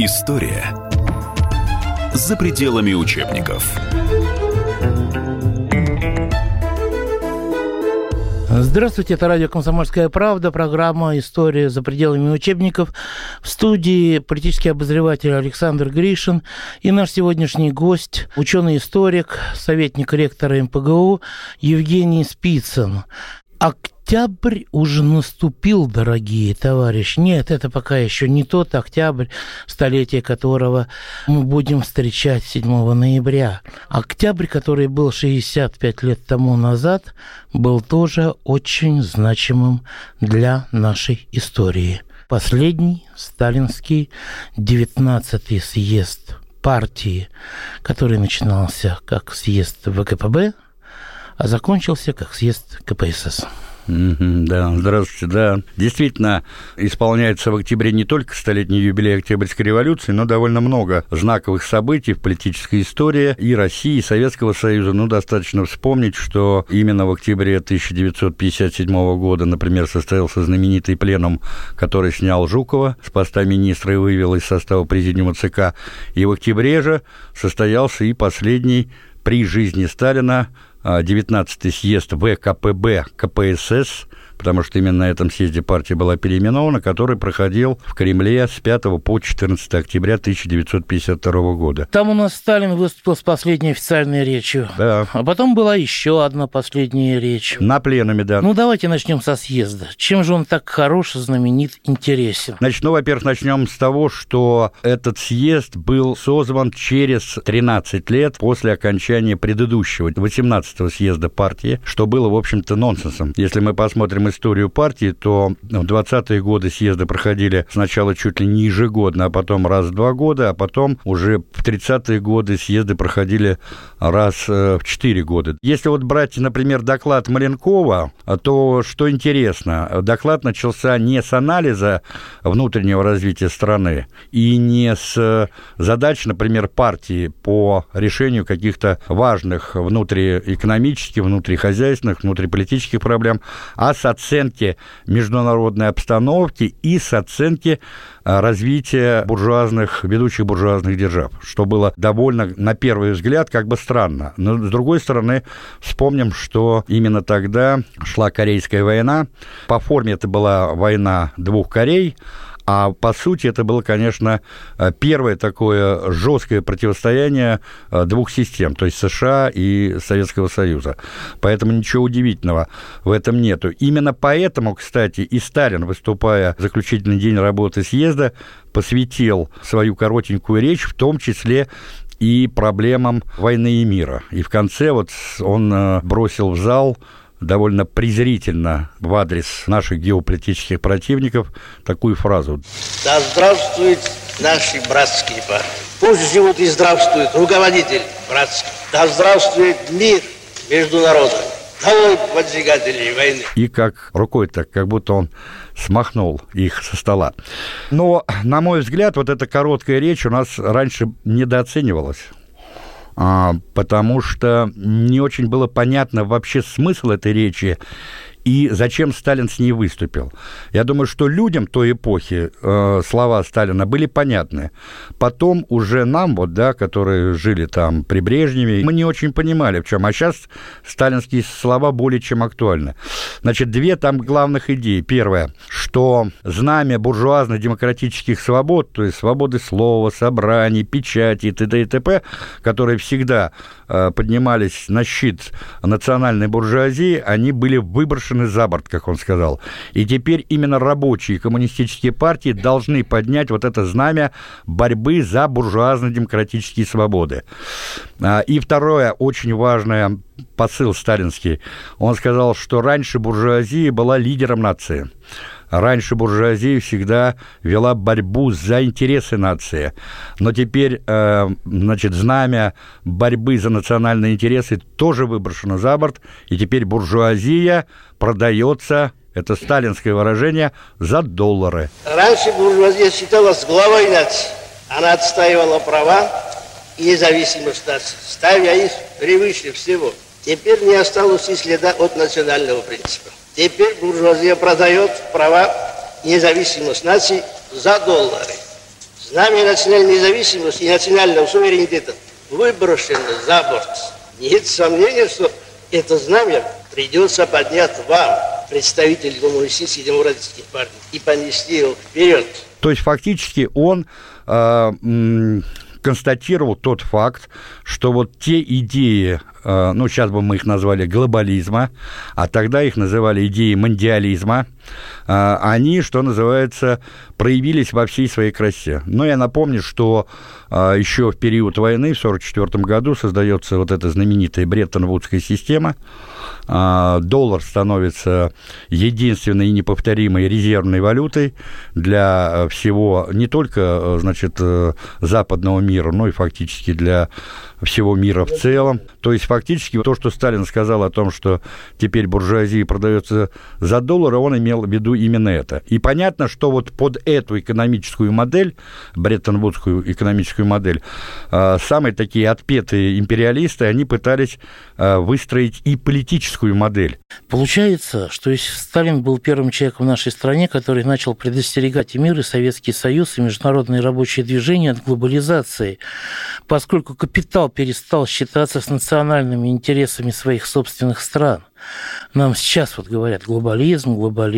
История за пределами учебников. Здравствуйте, это радио «Комсомольская правда», программа «История за пределами учебников». В студии политический обозреватель Александр Гришин и наш сегодняшний гость, ученый-историк, советник ректора МПГУ Евгений Спицын. Октябрь уже наступил, дорогие товарищи. Нет, это пока еще не тот октябрь, столетие которого мы будем встречать 7 ноября. Октябрь, который был 65 лет тому назад, был тоже очень значимым для нашей истории. Последний сталинский 19-й съезд партии, который начинался как съезд ВКПБ, а закончился как съезд КПСС. Да, здравствуйте, да. Действительно, исполняется в октябре не только столетний юбилей Октябрьской революции, но довольно много знаковых событий в политической истории и России, и Советского Союза. Достаточно вспомнить, что именно в октябре 1957 года, например, состоялся знаменитый пленум, который снял Жукова с поста министра и вывел из состава президиума ЦК. И в октябре же состоялся и последний при жизни Сталина 19-й съезд ВКПБ КПСС, потому что именно на этом съезде партия была переименована, который проходил в Кремле с 5 по 14 октября 1952 года. Там у нас Сталин выступил с последней официальной речью. Да. А потом была еще одна последняя речь. На пленуме, да. Давайте начнем со съезда. Чем же он так хорош, знаменит, интересен? Во-первых, начнем с того, что этот съезд был созван через 13 лет после окончания предыдущего, 18-го съезда партии, что было, в общем-то, нонсенсом. Если мы посмотрим историю партии, то в 20-е годы съезды проходили сначала чуть ли не ежегодно, а потом раз в 2 года, а потом уже в 30-е годы съезды проходили раз в 4 года. Если брать, например, доклад Маленкова, то что интересно, доклад начался не с анализа внутреннего развития страны и не с задач, например, партии по решению каких-то важных внутриэкономических, внутрихозяйственных, внутриполитических проблем, а с оценки международной обстановки и с оценки развития ведущих буржуазных держав, что было довольно, на первый взгляд, странно. Но, с другой стороны, вспомним, что именно тогда шла Корейская война. По форме это была война 2 Корей, а по сути это было, конечно, первое такое жесткое противостояние 2 систем, то есть США и Советского Союза. Поэтому ничего удивительного в этом нету. Именно поэтому, кстати, и Сталин, выступая в заключительный день работы съезда, посвятил свою коротенькую речь, в том числе и проблемам войны и мира. И в конце он бросил в зал довольно презрительно в адрес наших геополитических противников такую фразу. Да здравствуют наши братские партии. Пусть живут и здравствуют руководители братские. Да здравствует мир между народами. Долой поджигателей войны. И как рукой так, как будто он смахнул их со стола. Но, на мой взгляд, эта короткая речь у нас раньше недооценивалась. Потому что не очень было понятно вообще смысл этой речи и зачем Сталин с ней выступил. Я думаю, что людям той эпохи слова Сталина были понятны. Потом уже нам, которые жили там при Брежневе, мы не очень понимали, в чем. А сейчас сталинские слова более чем актуальны. Значит, 2 там главных идеи. Первое, что знамя буржуазно-демократических свобод, то есть свободы слова, собраний, печати и т.д. и т.п., которые всегда поднимались на щит национальной буржуазии, они были выброшены за борт, как он сказал. И теперь именно рабочие коммунистические партии должны поднять это знамя борьбы за буржуазно-демократические свободы. И второе, очень важное посыл сталинский. Он сказал, что раньше буржуазия была лидером нации. Раньше буржуазия всегда вела борьбу за интересы нации. Но теперь, знамя борьбы за национальные интересы тоже выброшено за борт, и теперь буржуазия продается, это сталинское выражение, за доллары. Раньше буржуазия считалась главой нации. Она отстаивала права и независимость нации, ставя их превыше всего. Теперь не осталось и следа от национального принципа. Теперь буржуазия продает права и независимость наций за доллары. Знамя национальной независимости и национального суверенитета выброшено за борт. Нет сомнения, что это знамя придется поднять вам, представитель коммунистических и демократических партий, и понести его вперед. То есть фактически он констатировал тот факт, что вот те идеи, сейчас бы мы их назвали глобализма, а тогда их называли идеи мондиализма, они, что называется, проявились во всей своей красе. Но я напомню, что еще в период войны, в 1944 году, создается вот эта знаменитая Бреттон-Вудская система. Доллар становится единственной и неповторимой резервной валютой для всего, не только, западного мира, но и фактически для всего мира в целом. То есть фактически то, что Сталин сказал о том, что теперь буржуазия продается за доллар, он имел в виду именно это. И понятно, что вот под эту экономическую модель, Бреттон-Вудскую экономическую модель, самые такие отпетые империалисты, они пытались выстроить и политическую модель. Получается, что если Сталин был первым человеком в нашей стране, который начал предостерегать и мир, и Советский Союз, и международные рабочие движения от глобализации, поскольку капитал перестал считаться с национальными интересами своих собственных стран. Нам сейчас вот говорят глобализм,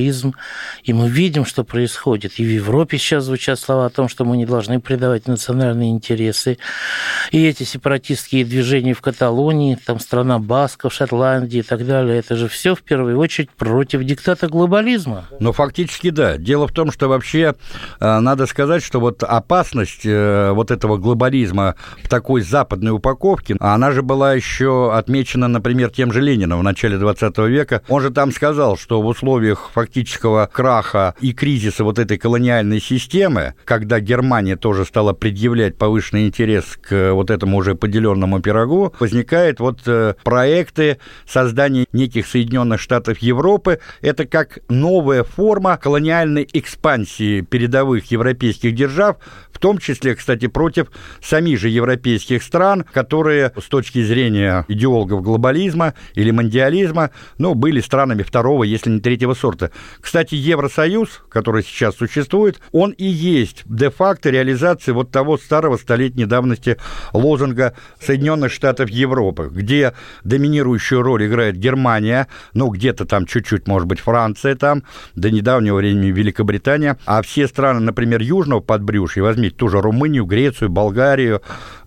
и мы видим, что происходит. И в Европе сейчас звучат слова о том, что мы не должны предавать национальные интересы. И эти сепаратистские движения в Каталонии, там страна басков, Шотландии и так далее, это же все в первую очередь против диктата глобализма. Ну, фактически, да. Дело в том, что вообще надо сказать, что вот опасность вот этого глобализма в такой западной упаковке, она же была еще отмечена, например, тем же Лениным в начале 20 века. Он же там сказал, что в условиях фактического краха и кризиса вот этой колониальной системы, когда Германия тоже стала предъявлять повышенный интерес к вот этому уже поделенному пирогу, возникают вот проекты создания неких Соединенных Штатов Европы. Это как новая форма колониальной экспансии передовых европейских держав, в том числе, кстати, против самих же европейских стран, которые с точки зрения идеологов глобализма или мондиализма, были странами второго, если не третьего сорта. Кстати, Евросоюз, который сейчас существует, он и есть де-факто реализация вот того старого столетней давности лозунга Соединенных Штатов Европы, где доминирующую роль играет Германия, где-то там чуть-чуть, может быть, Франция там, до недавнего времени Великобритания, а все страны, например, Южного подбрюшья, возьмите ту же Румынию, Грецию, Болгарию,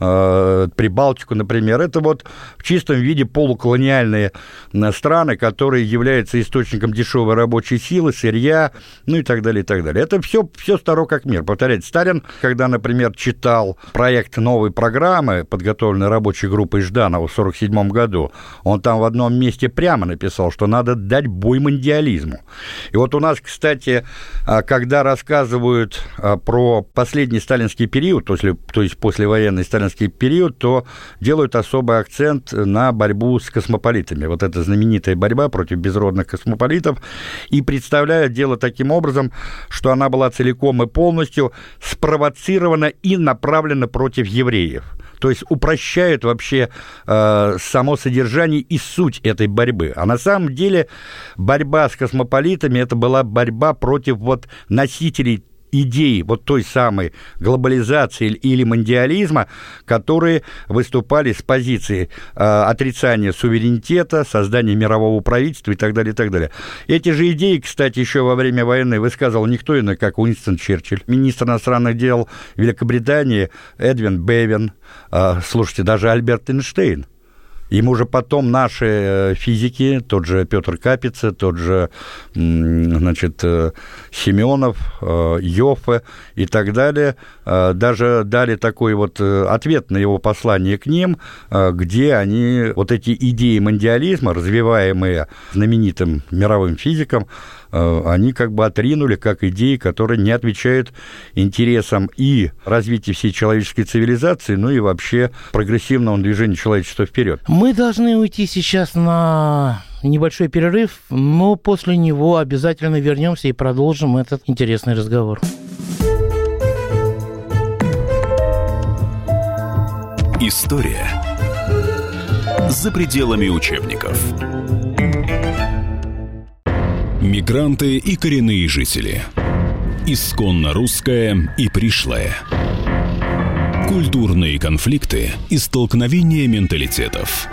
Прибалтику, например, это вот в чистом виде полуколониальные страны, которые являются источником дешевой рабочей силы, сырья, и так далее, и так далее. Это все старо как мир. Повторяю, Сталин, когда, например, читал проект новой программы, подготовленной рабочей группой Жданова в 1947 году, он там в одном месте прямо написал, что надо дать бой мондиализму. И вот у нас, кстати, когда рассказывают про последний сталинский период, то есть послевоенный сталинский период, то делают особый акцент на борьбу с космополитами. Вот это знаменитая борьба против безродных космополитов, и представляют дело таким образом, что она была целиком и полностью спровоцирована и направлена против евреев. То есть упрощают вообще само содержание и суть этой борьбы. А на самом деле борьба с космополитами – это была борьба против носителей идеи вот той самой глобализации или мондиализма, которые выступали с позиции отрицания суверенитета, создания мирового правительства и так далее, и так далее. Эти же идеи, кстати, еще во время войны высказывал никто иной, как Уинстон Черчилль, министр иностранных дел Великобритании Эдвин Бевин, слушайте, даже Альберт Эйнштейн. Ему же потом наши физики, тот же Петр Капица, тот же, Семенов, Йоффе и так далее, даже дали такой ответ на его послание к ним, где они эти идеи мондиализма, развиваемые знаменитым мировым физиком, они отринули как идеи, которые не отвечают интересам и развития всей человеческой цивилизации, и вообще прогрессивному движению человечества вперед. Мы должны уйти сейчас на небольшой перерыв, но после него обязательно вернемся и продолжим этот интересный разговор. История за пределами учебников. Мигранты и коренные жители. Исконно русское и пришлое. Культурные конфликты и столкновения менталитетов.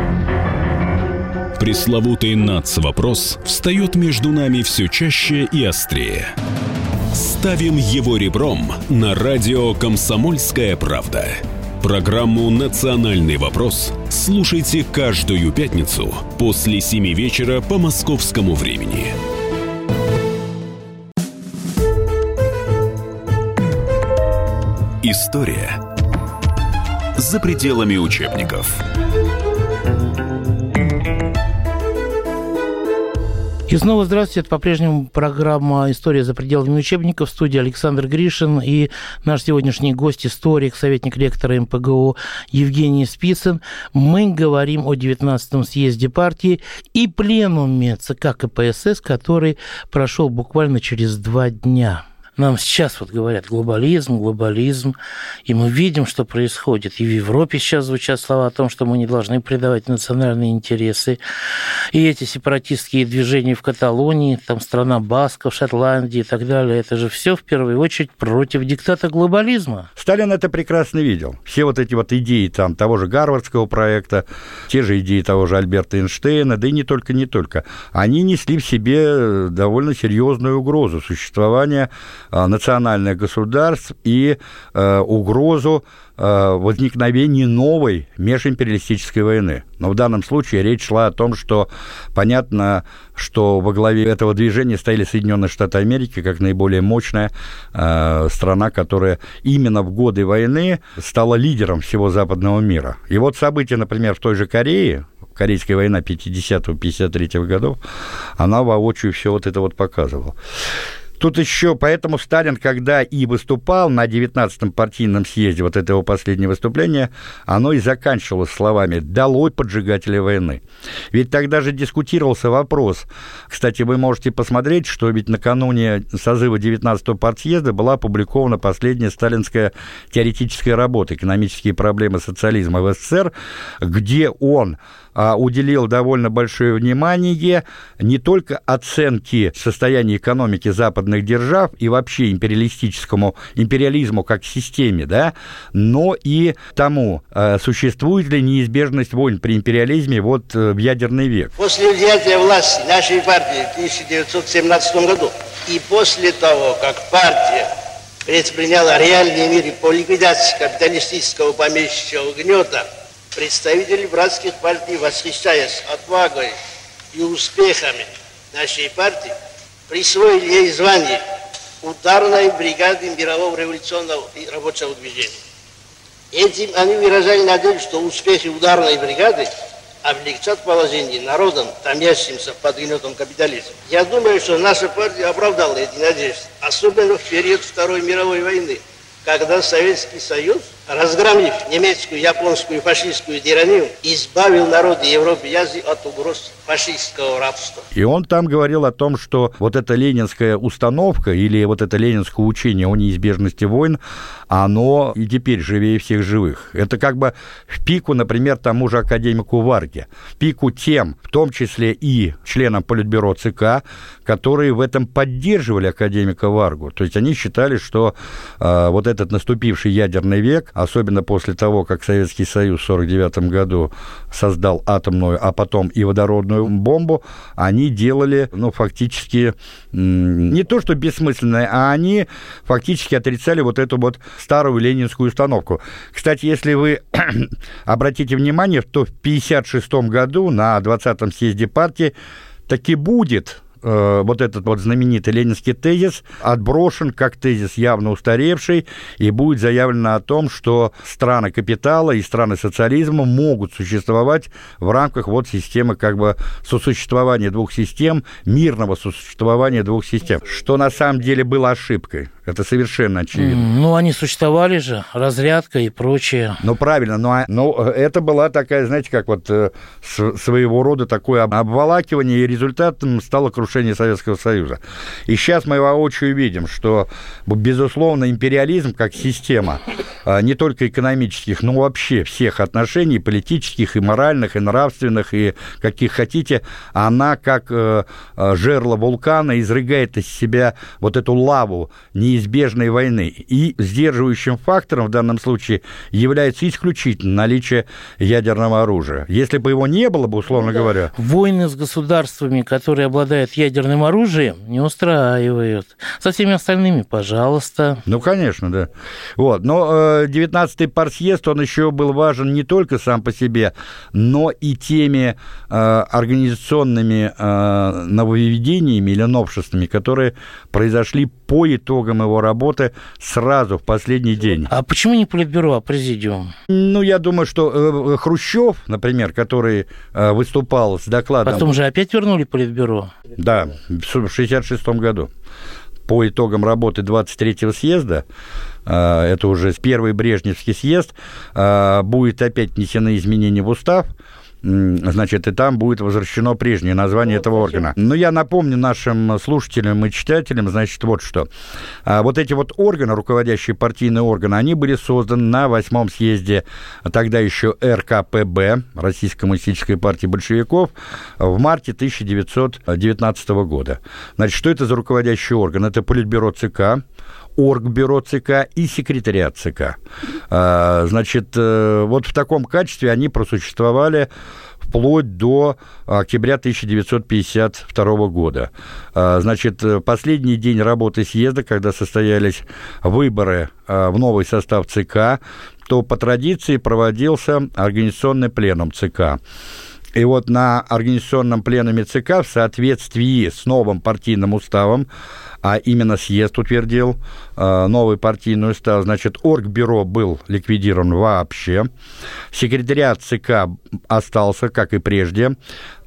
Пресловутый НАЦ-вопрос встает между нами все чаще и острее. Ставим его ребром на радио «Комсомольская правда». Программу «Национальный вопрос» слушайте каждую пятницу после 7 вечера по московскому времени. История за пределами учебников. И снова здравствуйте. Это по-прежнему программа «История за пределами учебников». В студии Александр Гришин и наш сегодняшний гость, историк, советник ректора МПГУ Евгений Спицын. Мы говорим о 19-м съезде партии и пленуме ЦК КПСС, который прошел буквально через 2 дня. Нам сейчас вот говорят глобализм, и мы видим, что происходит. И в Европе сейчас звучат слова о том, что мы не должны предавать национальные интересы. И эти сепаратистские движения в Каталонии, там страна басков, Шотландии и так далее, это же все в первую очередь против диктата глобализма. Сталин это прекрасно видел. Все вот эти вот идеи там, того же Гарвардского проекта, те же идеи того же Альберта Эйнштейна, да и не только, они несли в себе довольно серьезную угрозу существования национальных государств и угрозу возникновения новой межимпериалистической войны. Но в данном случае речь шла о том, что понятно, что во главе этого движения стояли Соединенные Штаты Америки как наиболее мощная страна, которая именно в годы войны стала лидером всего западного мира. И вот события, например, в той же Корее, Корейская война 50-53 годов, она воочию все вот это вот показывала. Тут еще, поэтому Сталин, когда и выступал на 19-м партийном съезде, вот это его последнее выступление, оно и заканчивалось словами «долой поджигателей войны». Ведь тогда же дискутировался вопрос, кстати, вы можете посмотреть, что ведь накануне созыва 19-го партсъезда была опубликована последняя сталинская теоретическая работа «Экономические проблемы социализма в СССР», где он уделил довольно большое внимание не только оценке состояния экономики западных держав и вообще империализму как системе, да, но и тому, существует ли неизбежность войн при империализме вот в ядерный век. После взятия власти нашей партии в 1917 году и после того, как партия предприняла реальные меры по ликвидации капиталистического помещичьего гнета, представители братских партий, восхищаясь отвагой и успехами нашей партии, присвоили ей звание ударной бригады мирового революционного и рабочего движения. Этим они выражали надежду, что успехи ударной бригады облегчат положение народам, томящимся под гнетом капитализма. Я думаю, что наша партия оправдала эти надежды, особенно в период Второй мировой войны, когда Советский Союз, разгромив немецкую, японскую и фашистскую тиранию, избавил народы Европы и Азии от угроз фашистского рабства. И он там говорил о том, что вот эта ленинская установка или вот это ленинское учение о неизбежности войн, оно и теперь живее всех живых. Это как бы в пику, например, тому же академику Варге, в пику тем, в том числе и членам Политбюро ЦК, которые в этом поддерживали академика Варгу. То есть они считали, что вот этот наступивший ядерный век, особенно после того, как Советский Союз в 1949 году создал атомную, а потом и водородную бомбу, они делали, фактически, не то что бессмысленное, а они фактически отрицали вот эту вот старую ленинскую установку. Кстати, если вы обратите внимание, то в 1956 году на 20-м съезде партии таки будет вот этот вот знаменитый ленинский тезис отброшен как тезис явно устаревший, и будет заявлено о том, что страны капитала и страны социализма могут существовать в рамках вот системы как бы сосуществования двух систем, мирного сосуществования двух систем, что на самом деле было ошибкой. Это совершенно очевидно. Они существовали же, разрядка и прочее. Правильно, но это была такая, знаете, как вот своего рода такое обволакивание, и результатом стало крушение Советского Союза. И сейчас мы воочию видим, что, безусловно, империализм как система, не только экономических, но вообще всех отношений, политических, и моральных, и нравственных, и каких хотите, она, как жерло вулкана, изрыгает из себя вот эту лаву неизбежной войны. И сдерживающим фактором в данном случае является исключительно наличие ядерного оружия. Если бы его не было бы, условно говоря... Войны с государствами, которые обладают ядерным оружием, не устраивают. Со всеми остальными, пожалуйста. Ну, конечно, да. Вот. Но 19-й партсъезд, он еще был важен не только сам по себе, но и теми организационными нововведениями или новшествами, которые произошли по итогам его работы сразу в последний день. А почему не Политбюро, а Президиум? Ну, я думаю, что Хрущев, например, который выступал с докладом... Потом же опять вернули Политбюро. Да, в 1966 году. По итогам работы 23-го съезда, это уже первый Брежневский съезд, будет опять внесены изменения в устав, значит, и там будет возвращено прежнее название этого органа. Но я напомню нашим слушателям и читателям, значит, вот что. Вот эти вот органы, руководящие партийные органы, они были созданы на 8-м съезде, тогда еще РКПБ, Российской коммунистической партии большевиков, в марте 1919 года. Значит, что это за руководящий орган? Это Политбюро ЦК, Оргбюро ЦК и секретариат ЦК. Значит, вот в таком качестве они просуществовали вплоть до октября 1952 года. Значит, последний день работы съезда, когда состоялись выборы в новый состав ЦК, то по традиции проводился организационный пленум ЦК. И вот на организационном пленуме ЦК в соответствии с новым партийным уставом, а именно съезд утвердил новый партийный устав, значит, Оргбюро был ликвидирован вообще, секретариат ЦК остался, как и прежде,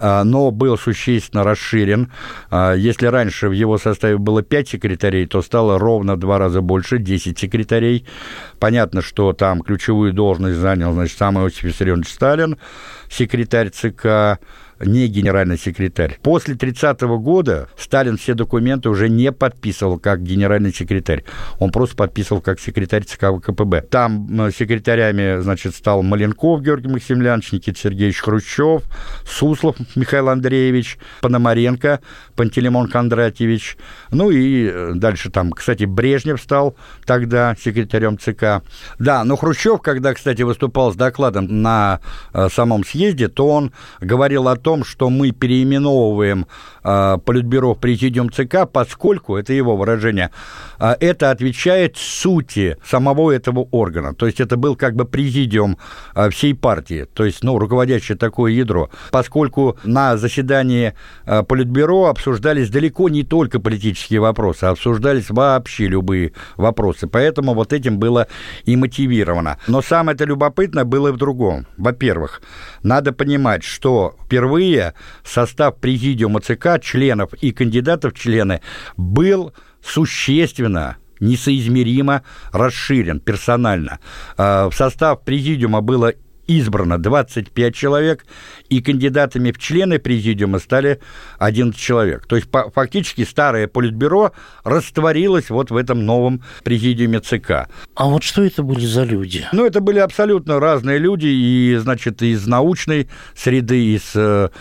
но был существенно расширен. Если раньше в его составе было 5 секретарей, то стало ровно в 2 раза больше, 10 секретарей. Понятно, что там ключевую должность занял, значит, сам Иосиф Виссарионович Сталин, секретарь ЦК, не генеральный секретарь. После 30-го года Сталин все документы уже не подписывал как генеральный секретарь. Он просто подписывал как секретарь ЦК ВКПБ. Там секретарями, значит, стал Маленков Георгий Максимилианович, Никита Сергеевич Хрущев, Суслов Михаил Андреевич, Пономаренко Пантелеймон Кондратьевич. Ну и дальше там, кстати, Брежнев стал тогда секретарем ЦК. Да, но Хрущев, когда, кстати, выступал с докладом на самом съезде, то он говорил о том, что мы переименовываем Политбюро в Президиум ЦК, поскольку, это его выражение, это отвечает сути самого этого органа. То есть это был как бы президиум всей партии, то есть, ну, руководящее такое ядро. Поскольку на заседании Политбюро обсуждались далеко не только политические вопросы, а обсуждались вообще любые вопросы. Поэтому вот этим было и мотивировано. Но самое-то любопытное было и в другом. Во-первых, надо понимать, что впервые состав президиума ЦК, членов и кандидатов в члены, был существенно, несоизмеримо расширен персонально. В состав президиума было избрано 25 человек, и кандидатами в члены президиума стали 11 человек. То есть фактически старое Политбюро растворилось вот в этом новом президиуме ЦК. А вот что это были за люди? Ну, это были абсолютно разные люди, и, значит, из научной среды, из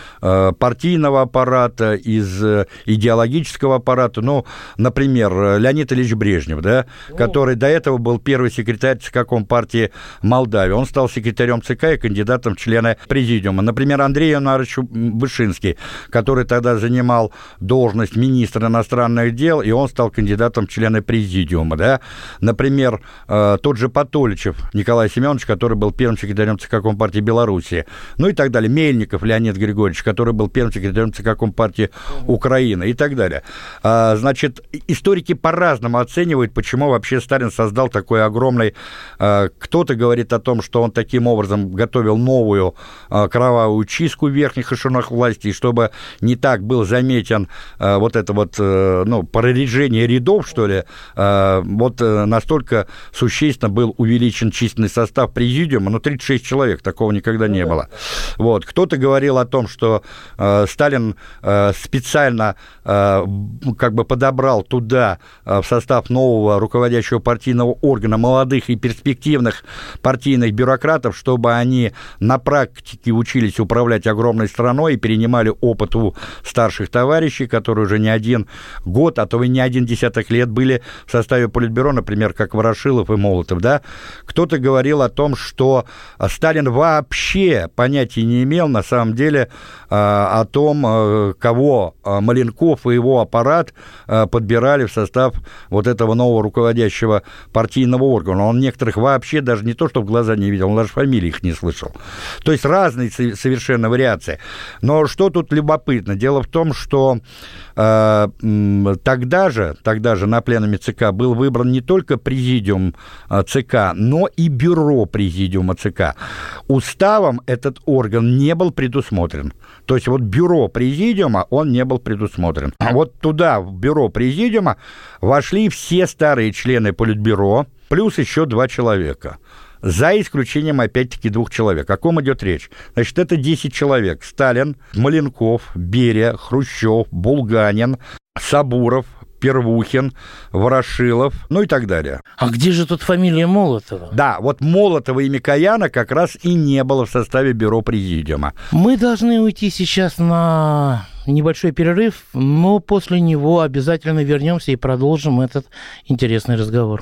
партийного аппарата, из идеологического аппарата. Ну, например, Леонид Ильич Брежнев, да, который до этого был первый секретарь ЦК Компартии Молдавии. Он стал секретарем ЦК и кандидатом в члены президиума. Например, Андрей Иванович Вышинский, который тогда занимал должность министра иностранных дел, и он стал кандидатом в члены президиума. Да? Например, тот же Патоличев Николай Семенович, который был первым секретарем ЦК Компартии Беларуси. Ну и так далее. Мельников Леонид Григорьевич, который был первым секретарем ЦК Компартии Украины и так далее. Значит, историки по-разному оценивают, почему вообще Сталин создал такой огромный... Кто-то говорит о том, что он таким образом он готовил новую кровавую чистку в верхних эшелонах власти, и чтобы не так был заметен вот это вот, прорежение рядов, что ли, вот настолько существенно был увеличен численный состав президиума, 36 человек, такого никогда не было. Вот. Кто-то говорил о том, что Сталин специально как бы подобрал туда в состав нового руководящего партийного органа молодых и перспективных партийных бюрократов, чтобы они на практике учились управлять огромной страной и перенимали опыт у старших товарищей, которые уже не один год, а то и не один десяток лет были в составе Политбюро, например, как Ворошилов и Молотов, да. Кто-то говорил о том, что Сталин вообще понятия не имел, на самом деле, о том, кого Маленков и его аппарат подбирали в состав вот этого нового руководящего партийного органа. Он некоторых вообще даже не то, что в глаза не видел, он даже фамилии их не слышал. То есть разные совершенно вариации. Но что тут любопытно? Дело в том, что тогда же на пленуме ЦК был выбран не только президиум ЦК, но и бюро президиума ЦК. Уставом этот орган не был предусмотрен. То есть вот бюро президиума, он не был предусмотрен. Вот туда, в бюро президиума, вошли все старые члены Политбюро, плюс еще 2 человека. За исключением, опять-таки, 2 человек. О ком идет речь? Значит, это 10 человек. Сталин, Маленков, Берия, Хрущев, Булганин, Сабуров, Первухин, Ворошилов, и так далее. А где же тут фамилия Молотова? Да, вот Молотова и Микояна как раз и не было в составе бюро президиума. Мы должны уйти сейчас на небольшой перерыв, но после него обязательно вернемся и продолжим этот интересный разговор.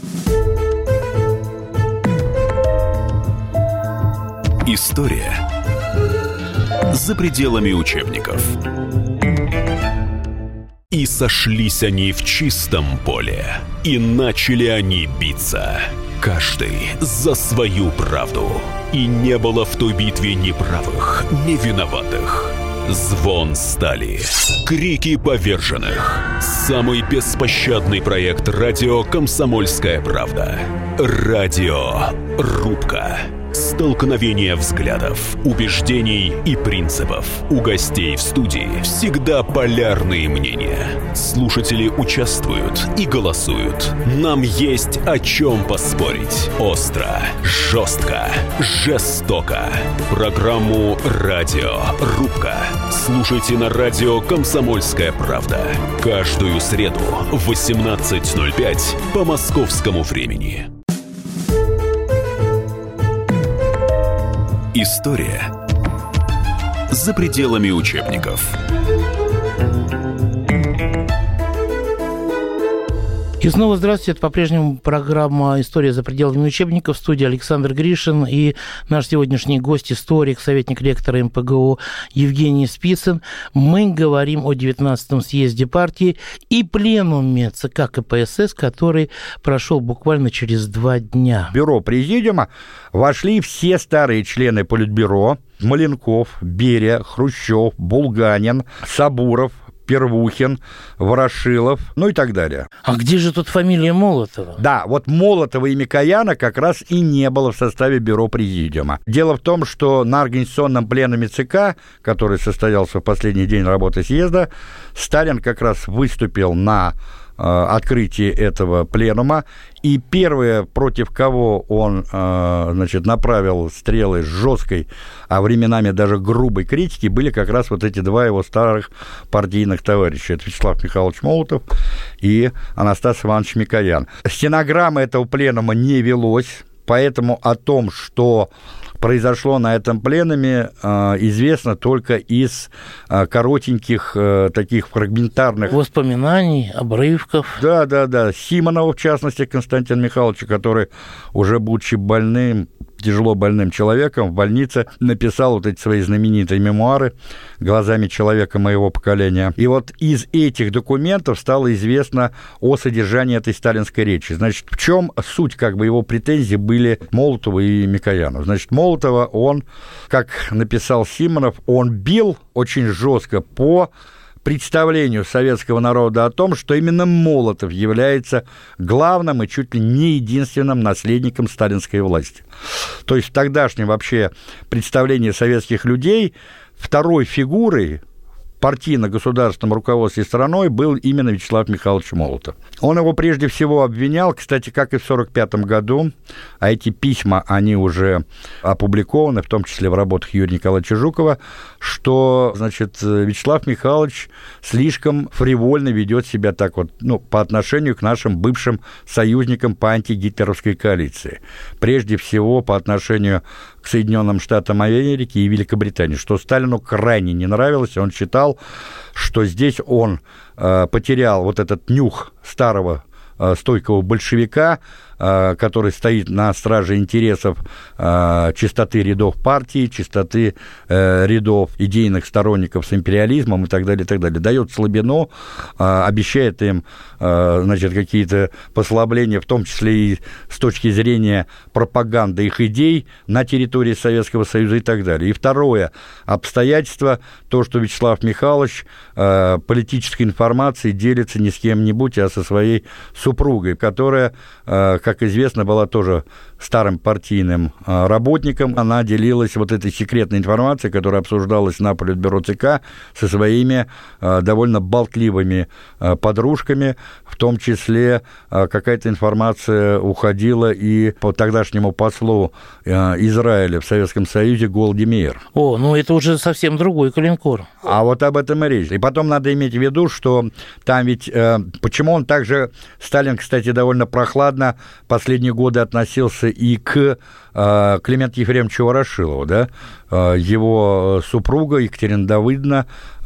История за пределами учебников. И сошлись они в чистом поле, и начали они биться, каждый за свою правду. И не было в той битве ни правых, ни виноватых. Звон стали, крики поверженных. Самый беспощадный проект радио «Комсомольская правда». Радиорубка. Столкновение взглядов, убеждений и принципов. У гостей в студии всегда полярные мнения. Слушатели участвуют и голосуют. Нам есть о чем поспорить. Остро, жестко, жестоко. Программу «Радиорубка» слушайте на радио «Комсомольская правда». Каждую среду в 18:05 по московскому времени. История за пределами учебников. И снова здравствуйте. Это по-прежнему программа «История за пределами учебников». В студии Александр Гришин и наш сегодняшний гость, историк, советник ректора МПГУ Евгений Спицын. Мы говорим о 19-м съезде партии и пленуме ЦК КПСС, который прошел буквально через 2 дня. В бюро президиума вошли все старые члены Политбюро: Маленков, Берия, Хрущев, Булганин, Сабуров, Первухин, Ворошилов, и так далее. А где же тут фамилия Молотова? Да, вот Молотова и Микояна как раз и не было в составе бюро президиума. Дело в том, что на организационном пленуме ЦК, который состоялся в последний день работы съезда, Сталин как раз выступил на открытии этого пленума, и первые, против кого он, направил стрелы жесткой, а временами даже грубой критики, были как раз вот эти 2 его старых партийных товарища. Это Вячеслав Михайлович Молотов и Анастас Иванович Микоян. Стенограммы этого пленума не велось, поэтому о том, что произошло на этом пленуме, известно только из коротеньких, таких фрагментарных воспоминаний, обрывков. Да. Симонова, в частности, Константина Михайловича, который, уже будучи больным, тяжело больным человеком, в больнице написал вот эти свои знаменитые мемуары «Глазами человека моего поколения». И вот из этих документов стало известно о содержании этой сталинской речи. Значит, в чем суть его претензий были Молотову и Микояну? Значит, Молотова он, как написал Симонов, он бил очень жестко по представлению советского народа о том, что именно Молотов является главным и чуть ли не единственным наследником сталинской власти. То есть в тогдашнем вообще представлении советских людей второй фигурой в партийно-государственном руководстве страной был именно Вячеслав Михайлович Молотов. Он его прежде всего обвинял, кстати, как и в 1945 году, а эти письма, они уже опубликованы, в том числе в работах Юрия Николаевича Жукова, что, значит, Вячеслав Михайлович слишком фривольно ведет себя так вот, по отношению к нашим бывшим союзникам по антигитлеровской коалиции. Прежде всего, по отношению к Соединенным Штатам Америки и Великобритании, что Сталину крайне не нравилось, он считал, что здесь он потерял вот этот нюх старого стойкого большевика, который стоит на страже интересов чистоты рядов партии, чистоты рядов идейных сторонников с империализмом и так далее, и так далее. Дает слабину, обещает им, значит, какие-то послабления, в том числе и с точки зрения пропаганды их идей на территории Советского Союза и так далее. И второе обстоятельство, то, что Вячеслав Михайлович политической информацией делится не с кем-нибудь, а со своей супругой, которая, как известно, была тоже старым партийным работником. Она делилась вот этой секретной информацией, которая обсуждалась на Политбюро ЦК со своими довольно болтливыми подружками, в том числе какая-то информация уходила и по тогдашнему послу Израиля в Советском Союзе Голди Меир. Это уже совсем другой коленкор. А вот об этом и речь. И потом надо иметь в виду, что там ведь... Почему он также... Сталин, кстати, довольно прохладно последние годы относился и к Клименту Ефремовичу Ворошилову, да, его супруга Екатерина Давыдовна,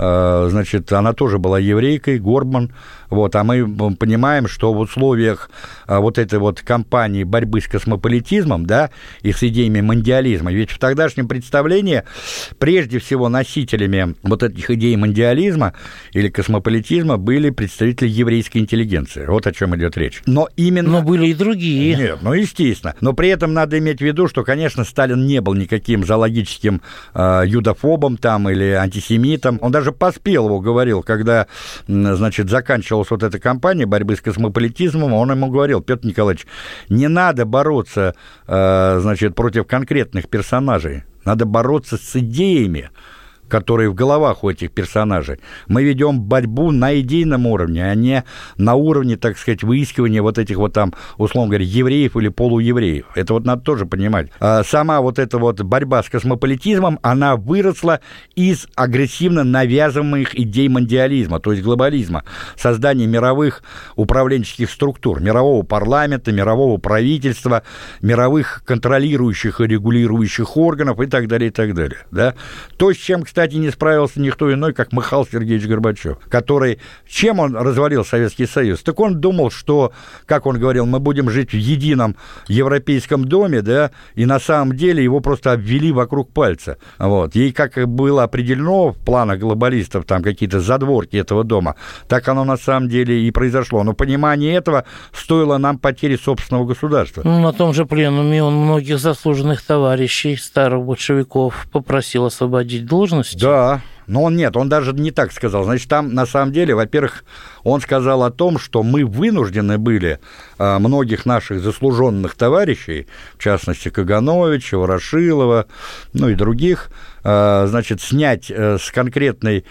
значит, она тоже была еврейкой, Горбман, вот, а мы понимаем, что в условиях вот этой вот кампании борьбы с космополитизмом, да, и с идеями мондиализма, ведь в тогдашнем представлении прежде всего носителями вот этих идей мондиализма или космополитизма были представители еврейской интеллигенции, вот о чем идет речь. Но были и другие. Нет, естественно. Но при этом надо иметь в виду, что, конечно, Сталин не был никаким зоологическим юдофобом там или антисемитом. Он даже Поспелову говорил, когда, значит, заканчивалась вот эта кампания борьбы с космополитизмом, он ему говорил: Петр Николаевич, не надо бороться, значит, против конкретных персонажей, надо бороться с идеями, которые в головах у этих персонажей. Мы ведем борьбу на идейном уровне, а не на уровне, так сказать, выискивания вот этих вот там, условно говоря, евреев или полуевреев. Это вот надо тоже понимать. Сама вот эта вот борьба с космополитизмом, она выросла из агрессивно навязываемых идей мондиализма, то есть глобализма, создания мировых управленческих структур, мирового парламента, мирового правительства, мировых контролирующих и регулирующих органов и так далее, и так далее. Да? То, с чем, кстати, не справился никто иной, как Михаил Сергеевич Горбачев, который... Чем он развалил Советский Союз? Так он думал, что, как он говорил, мы будем жить в едином европейском доме, да, и на самом деле его просто обвели вокруг пальца. Вот. И как было определено в планах глобалистов, там какие-то задворки этого дома, так оно на самом деле и произошло. Но понимание этого стоило нам потери собственного государства. На том же пленуме он многих заслуженных товарищей, старых большевиков, попросил освободить должность. Да, но он даже не так сказал. Значит, там, на самом деле, во-первых, он сказал о том, что мы вынуждены были многих наших заслуженных товарищей, в частности, Кагановича, Ворошилова, и других, значит, снять с конкретной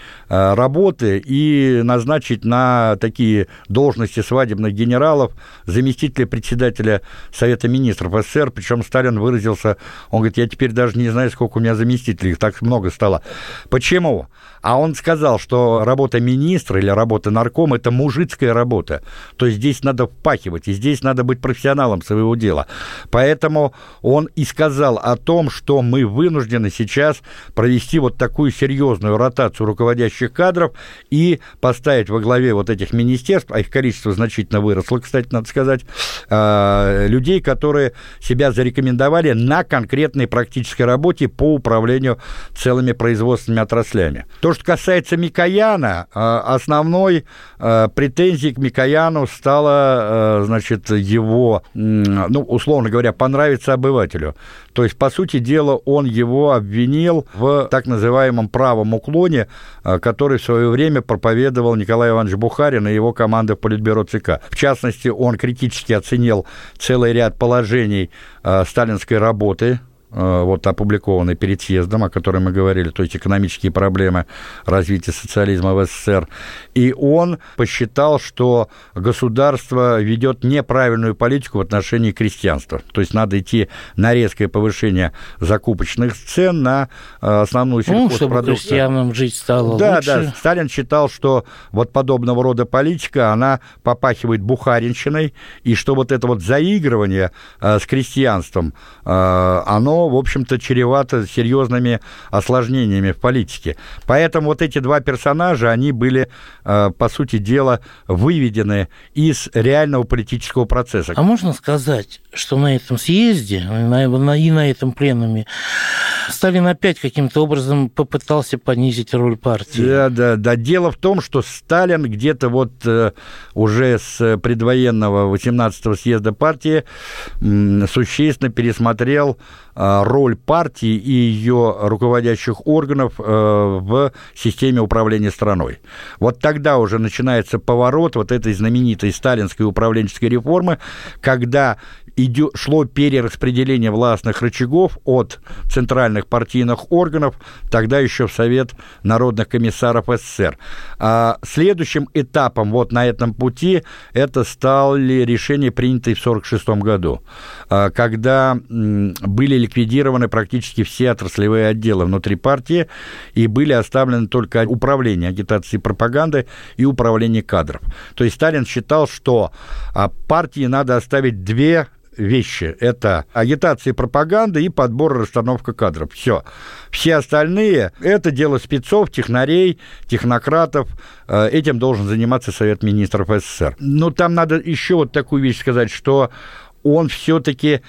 работы и назначить на такие должности свадебных генералов заместителя председателя Совета министров СССР, причем Сталин выразился, он говорит: я теперь даже не знаю, сколько у меня заместителей, их так много стало. Почему? А он сказал, что работа министра или работа наркома – это мужицкая работа, то есть здесь надо впахивать, и здесь надо быть профессионалом своего дела. Поэтому он и сказал о том, что мы вынуждены сейчас провести вот такую серьезную ротацию руководящих кадров и поставить во главе вот этих министерств, а их количество значительно выросло, кстати, надо сказать, людей, которые себя зарекомендовали на конкретной практической работе по управлению целыми производственными отраслями. То, что касается Микояна, основной претензией к Микояну стало, значит, его, условно говоря, понравиться обывателю. То есть, по сути дела, он его обвинил в так называемом правом уклоне, который в свое время проповедовал Николай Иванович Бухарин и его команда в Политбюро ЦК. В частности, он критически оценил целый ряд положений сталинской работы, вот опубликованный перед съездом, о котором мы говорили, то есть экономические проблемы развития социализма в СССР. И он посчитал, что государство ведет неправильную политику в отношении крестьянства. То есть надо идти на резкое повышение закупочных цен на основную сельхозпродукцию. Чтобы крестьянам жить стало лучше. Да. Сталин считал, что вот подобного рода политика, она попахивает бухаринщиной, и что вот это вот заигрывание с крестьянством, оно, в общем-то, чревато серьезными осложнениями в политике. Поэтому вот эти два персонажа, они были, по сути дела, выведены из реального политического процесса. А можно сказать, что на этом съезде и на этом пленуме Сталин опять каким-то образом попытался понизить роль партии? Да. Дело в том, что Сталин где-то вот уже с предвоенного 18-го съезда партии существенно пересмотрел роль партии и ее руководящих органов в системе управления страной. Вот тогда уже начинается поворот вот этой знаменитой сталинской управленческой реформы, когда шло перераспределение властных рычагов от центральных партийных органов, тогда еще в Совет народных комиссаров СССР. Следующим этапом вот на этом пути это стали решения, принятые в 1946 году, когда были ликвидированы практически все отраслевые отделы внутри партии, и были оставлены только управление агитацией и пропаганды и управление кадров. То есть Сталин считал, что партии надо оставить две вещи. Это агитация и пропаганда и подбор и расстановка кадров. Все остальные – это дело спецов, технарей, технократов. Этим должен заниматься Совет министров СССР. Но там надо еще вот такую вещь сказать, что он все-таки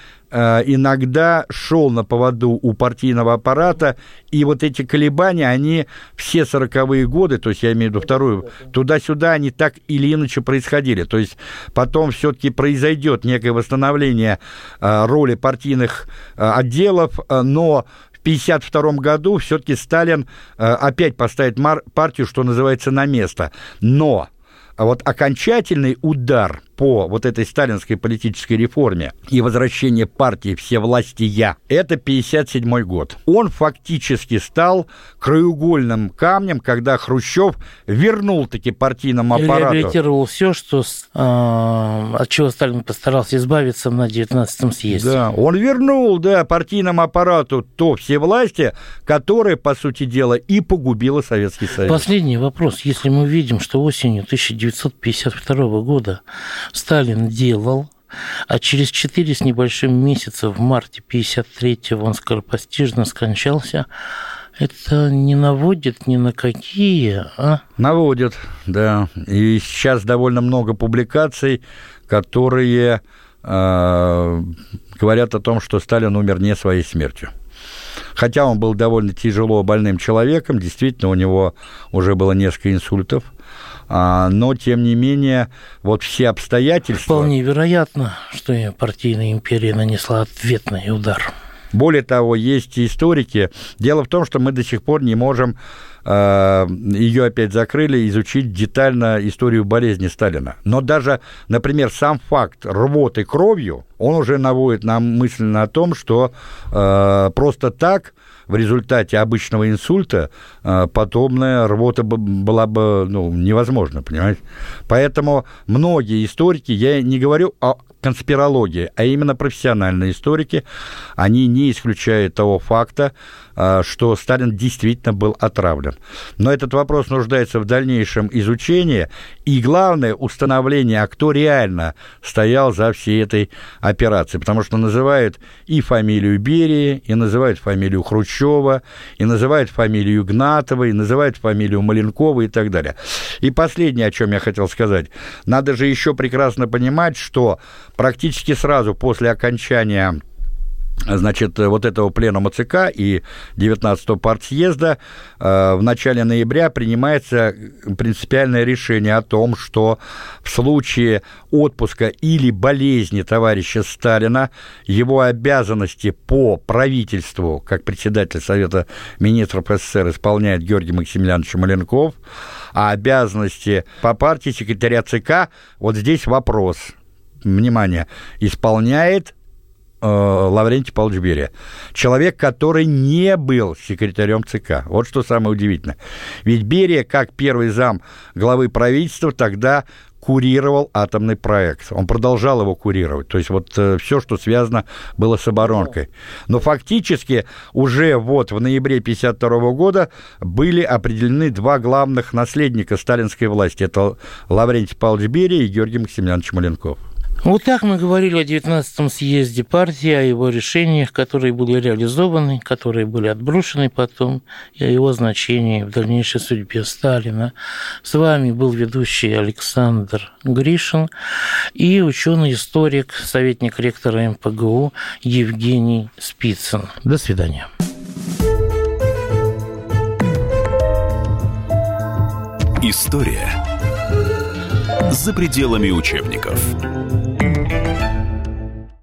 иногда шел на поводу у партийного аппарата, и вот эти колебания, они все 40-е годы, то есть я имею в виду вторую, туда-сюда они так или иначе происходили. То есть потом все-таки произойдет некое восстановление роли партийных отделов, но в 1952 году все-таки Сталин опять поставит партию, что называется, на место. Но вот окончательный удар по вот этой сталинской политической реформе и возвращение партии всевластия – это 1957 год. Он фактически стал краеугольным камнем, когда Хрущев вернул-таки партийному аппарату. Реабилитировал все, от чего Сталин постарался избавиться на 19-м съезде. Да, он вернул, партийному аппарату то всевластие, которое, по сути дела, и погубило Советский Союз. Последний вопрос. Если мы видим, что осенью 1952 года Сталин делал, а через 4 с небольшим месяца в марте 1953-го он скоропостижно скончался, это не наводит ни на какие, Наводит, да. И сейчас довольно много публикаций, которые говорят о том, что Сталин умер не своей смертью. Хотя он был довольно тяжело больным человеком, действительно, у него уже было несколько инсультов, но, тем не менее, вот все обстоятельства... Вполне вероятно, что партийная империя нанесла ответный удар. Более того, есть историки. Дело в том, что мы до сих пор не можем, ее опять закрыли, изучить детально историю болезни Сталина. Но даже, например, сам факт рвоты кровью, он уже наводит нам мысль на том, что просто так в результате обычного инсульта подобная рвота была бы невозможна, понимаете? Поэтому многие историки, я не говорю о конспирологии, а именно профессиональные историки, они не исключают того факта, что Сталин действительно был отравлен. Но этот вопрос нуждается в дальнейшем изучении, и главное, установление, а кто реально стоял за всей этой операцией, потому что называют и фамилию Берии, и называют фамилию Хрущева, и называют фамилию Игнатова, и называют фамилию Маленкова и так далее. И последнее, о чем я хотел сказать, надо же еще прекрасно понимать, что практически сразу после окончания значит, вот этого пленума ЦК и 19-го партсъезда в начале ноября принимается принципиальное решение о том, что в случае отпуска или болезни товарища Сталина его обязанности по правительству, как председатель Совета министров СССР, исполняет Георгий Максимилианович Маленков, а обязанности по партии секретаря ЦК, вот здесь вопрос, внимание, исполняет Лаврентий Павлович Берия. Человек, который не был секретарем ЦК. Вот что самое удивительное. Ведь Берия, как первый зам главы правительства, тогда курировал атомный проект. Он продолжал его курировать. То есть вот все, что связано было с оборонкой. Но фактически уже вот в ноябре 1952 года были определены два главных наследника сталинской власти. Это Лаврентий Павлович Берия и Георгий Максимилианович Маленков. Вот так мы говорили о 19-м съезде партии, о его решениях, которые были реализованы, которые были отброшены потом, и о его значении в дальнейшей судьбе Сталина. С вами был ведущий Александр Гришин и ученый-историк, советник ректора МПГУ Евгений Спицын. До свидания. История за пределами учебников.